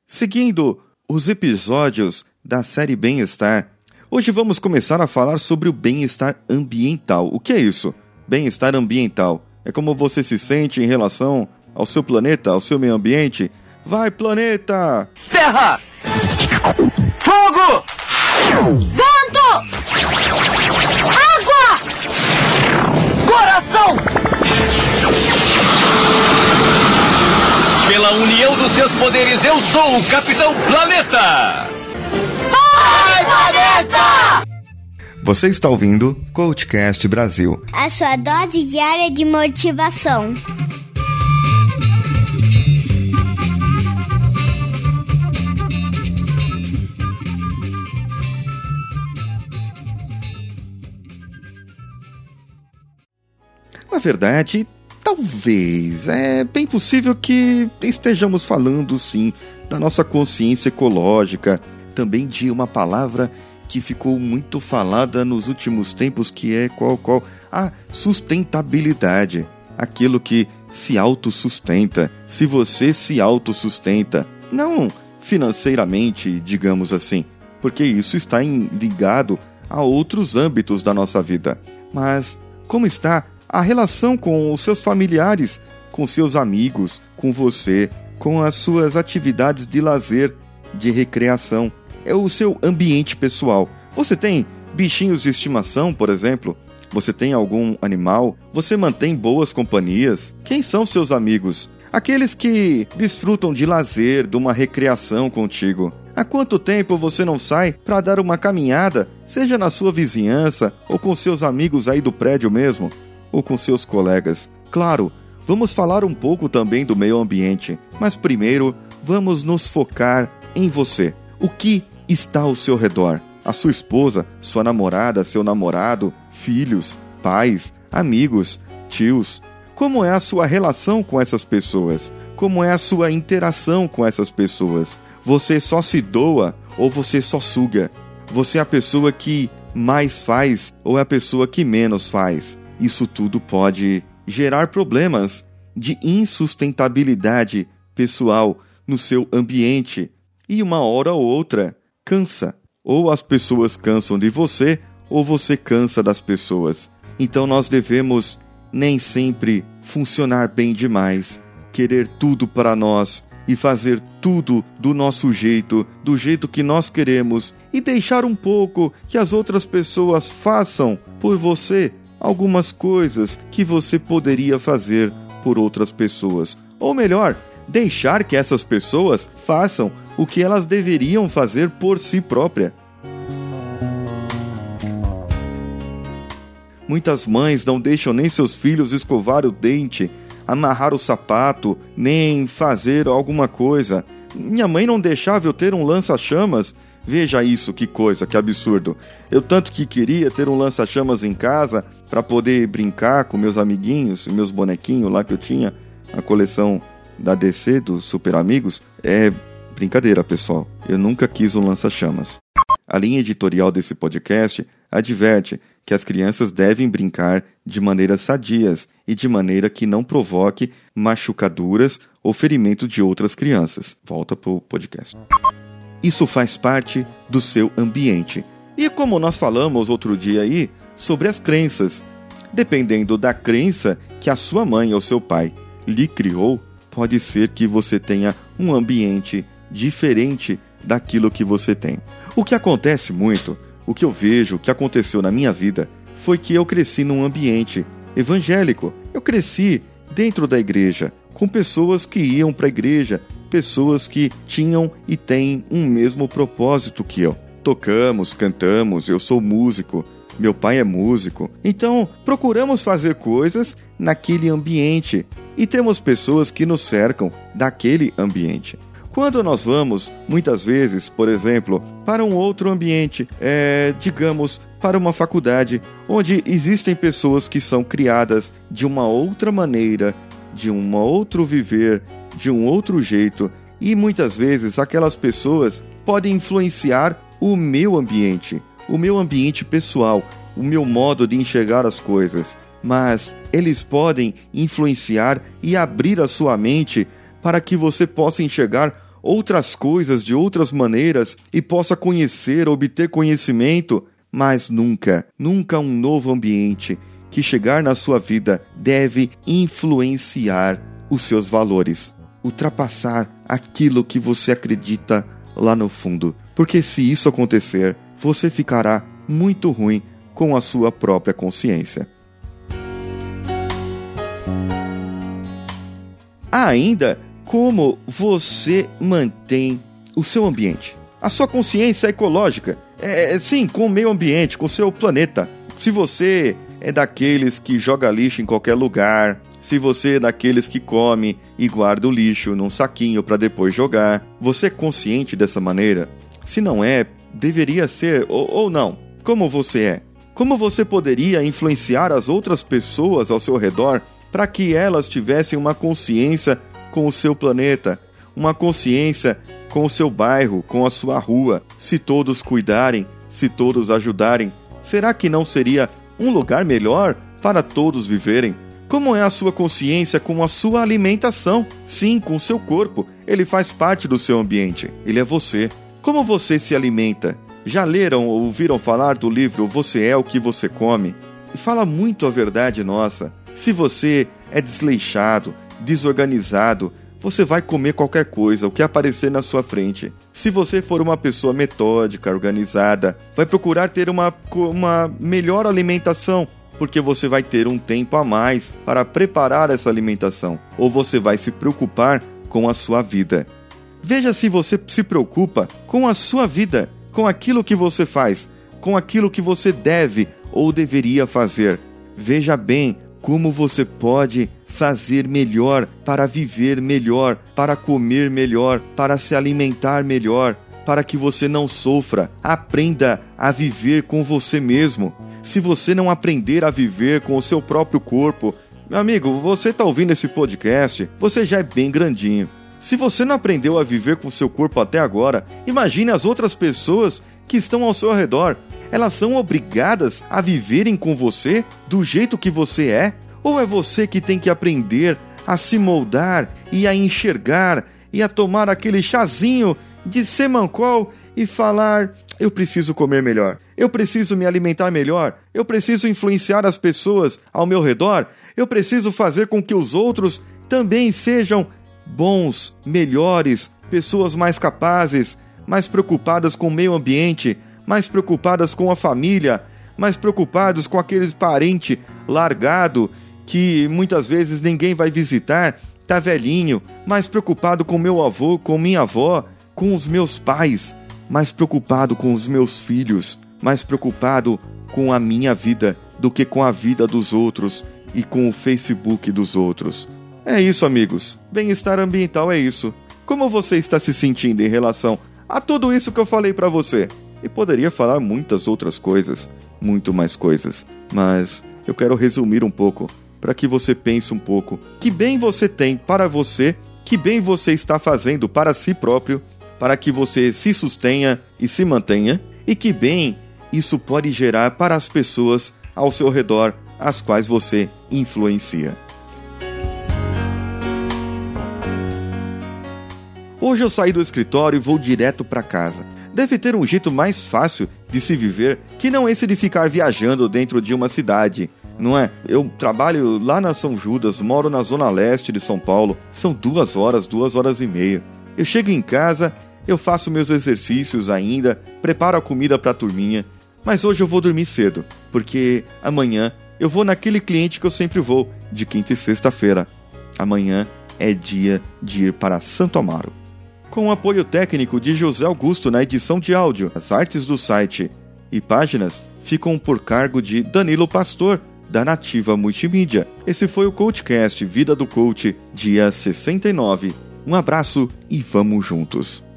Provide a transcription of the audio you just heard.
Seguindo os episódios da série Bem-Estar, hoje vamos começar a falar sobre o bem-estar ambiental. O que é isso? Bem-estar ambiental. É como você se sente em relação ao seu planeta, ao seu meio ambiente? Vai, planeta! Terra! Fogo! Vento! Água! Coração! Pela união dos seus poderes, eu sou o Capitão Planeta! Vai, planeta! Você está ouvindo Coachcast Brasil. A sua dose diária de motivação. Na verdade, talvez, é bem possível que estejamos falando, sim, da nossa consciência ecológica, também de uma palavra que ficou muito falada nos últimos tempos, que é qual? A sustentabilidade. Aquilo que se autossustenta. Se você se autossustenta, não financeiramente, digamos assim, porque isso está ligado a outros âmbitos da nossa vida. Mas como está a relação com os seus familiares, com seus amigos, com você, com as suas atividades de lazer, de recreação? É o seu ambiente pessoal. Você tem bichinhos de estimação, por exemplo? Você tem algum animal? Você mantém boas companhias? Quem são seus amigos? Aqueles que desfrutam de lazer, de uma recreação contigo. Há quanto tempo você não sai para dar uma caminhada, seja na sua vizinhança ou com seus amigos aí do prédio mesmo? Ou com seus colegas? Claro, vamos falar um pouco também do meio ambiente, mas primeiro vamos nos focar em você. O que está ao seu redor? A sua esposa, sua namorada, seu namorado, filhos, pais, amigos, tios. Como é a sua relação com essas pessoas? Como é a sua interação com essas pessoas? Você só se doa ou você só suga? Você é a pessoa que mais faz ou é a pessoa que menos faz? Isso tudo pode gerar problemas de insustentabilidade pessoal no seu ambiente. E uma hora ou outra, cansa. Ou as pessoas cansam de você, ou você cansa das pessoas. Então nós devemos nem sempre funcionar bem demais, querer tudo para nós e fazer tudo do nosso jeito, do jeito que nós queremos, e deixar um pouco que as outras pessoas façam por você algumas coisas que você poderia fazer por outras pessoas. Ou melhor, deixar que essas pessoas façam o que elas deveriam fazer por si própria. Muitas mães não deixam nem seus filhos escovar o dente, amarrar o sapato, nem fazer alguma coisa. Minha mãe não deixava eu ter um lança-chamas. Veja isso, que coisa, que absurdo. Eu tanto que queria ter um lança-chamas em casa para poder brincar com meus amiguinhos, meus bonequinhos lá que eu tinha, a coleção da DC, dos Super Amigos. É brincadeira, pessoal. Eu nunca quis um lança-chamas. A linha editorial desse podcast adverte que as crianças devem brincar de maneiras sadias e de maneira que não provoque machucaduras ou ferimento de outras crianças. Volta pro podcast. Isso faz parte do seu ambiente. E como nós falamos outro dia aí, sobre as crenças. Dependendo da crença que a sua mãe ou seu pai lhe criou, pode ser que você tenha um ambiente diferente daquilo que você tem. O que acontece muito, o que eu vejo, o que aconteceu na minha vida, foi que eu cresci num ambiente evangélico. Eu cresci dentro da igreja, com pessoas que iam para a igreja, pessoas que tinham e têm um mesmo propósito que eu. Tocamos, cantamos, eu sou músico, meu pai é músico. Então, procuramos fazer coisas naquele ambiente e temos pessoas que nos cercam daquele ambiente. Quando nós vamos, muitas vezes, por exemplo, para um outro ambiente, digamos, para uma faculdade, onde existem pessoas que são criadas de uma outra maneira, de um outro viver, de um outro jeito, e muitas vezes aquelas pessoas podem influenciar o meu ambiente pessoal, o meu modo de enxergar as coisas, mas eles podem influenciar e abrir a sua mente para que você possa enxergar outras coisas de outras maneiras e possa conhecer, obter conhecimento, mas nunca um novo ambiente que chegar na sua vida deve influenciar os seus valores, ultrapassar aquilo que você acredita lá no fundo. Porque se isso acontecer, você ficará muito ruim com a sua própria consciência. Ainda, como você mantém o seu ambiente? A sua consciência ecológica, sim, com o meio ambiente, com o seu planeta. Se você é daqueles que joga lixo em qualquer lugar, se você é daqueles que come e guarda o lixo num saquinho para depois jogar, você é consciente dessa maneira? Se não é, deveria ser ou não. Como você é? Como você poderia influenciar as outras pessoas ao seu redor para que elas tivessem uma consciência com o seu planeta, uma consciência com o seu bairro, com a sua rua? Se todos cuidarem, se todos ajudarem, será que não seria um lugar melhor para todos viverem? Como é a sua consciência com a sua alimentação? Sim, com o seu corpo. Ele faz parte do seu ambiente. Ele é você. Como você se alimenta? Já leram ou ouviram falar do livro Você é o que você come? E fala muito a verdade nossa. Se você é desleixado, desorganizado, você vai comer qualquer coisa, o que aparecer na sua frente. Se você for uma pessoa metódica, organizada, vai procurar ter uma melhor alimentação, porque você vai ter um tempo a mais para preparar essa alimentação, ou você vai se preocupar com a sua vida. Veja se você se preocupa com a sua vida, com aquilo que você faz, com aquilo que você deve ou deveria fazer. Veja bem como você pode fazer melhor, para viver melhor, para comer melhor, para se alimentar melhor, para que você não sofra. Aprenda a viver com você mesmo. Se você não aprender a viver com o seu próprio corpo, meu amigo, você está ouvindo esse podcast, você já é bem grandinho. Se você não aprendeu a viver com o seu corpo até agora, imagine as outras pessoas que estão ao seu redor. Elas são obrigadas a viverem com você do jeito que você é? Ou é você que tem que aprender a se moldar e a enxergar e a tomar aquele chazinho de Semancol e falar: eu preciso comer melhor, eu preciso me alimentar melhor, eu preciso influenciar as pessoas ao meu redor, eu preciso fazer com que os outros também sejam bons, melhores, pessoas mais capazes, mais preocupadas com o meio ambiente, mais preocupadas com a família, mais preocupados com aqueles parente largado que muitas vezes ninguém vai visitar, tá velhinho, mais preocupado com meu avô, com minha avó, com os meus pais, mais preocupado com os meus filhos, mais preocupado com a minha vida do que com a vida dos outros e com o Facebook dos outros. É isso, amigos. Bem-estar ambiental é isso. Como você está se sentindo em relação a tudo isso que eu falei para você? E poderia falar muitas outras coisas, muito mais coisas, mas eu quero resumir um pouco, para que você pense um pouco. Que bem você tem para você, que bem você está fazendo para si próprio, para que você se sustenha e se mantenha, e que bem isso pode gerar para as pessoas ao seu redor, as quais você influencia. Hoje eu saí do escritório e vou direto para casa. Deve ter um jeito mais fácil de se viver que não esse de ficar viajando dentro de uma cidade, não é? Eu trabalho lá na São Judas, moro na zona leste de São Paulo, são 2 horas e meia. Eu chego em casa, eu faço meus exercícios ainda, preparo a comida para a turminha, mas hoje eu vou dormir cedo, porque amanhã eu vou naquele cliente que eu sempre vou, de quinta e sexta-feira. Amanhã é dia de ir para Santo Amaro. Com o apoio técnico de José Augusto na edição de áudio, as artes do site e páginas ficam por cargo de Danilo Pastor, da Nativa Multimídia. Esse foi o CoachCast Vida do Coach, dia 69. Um abraço e vamos juntos!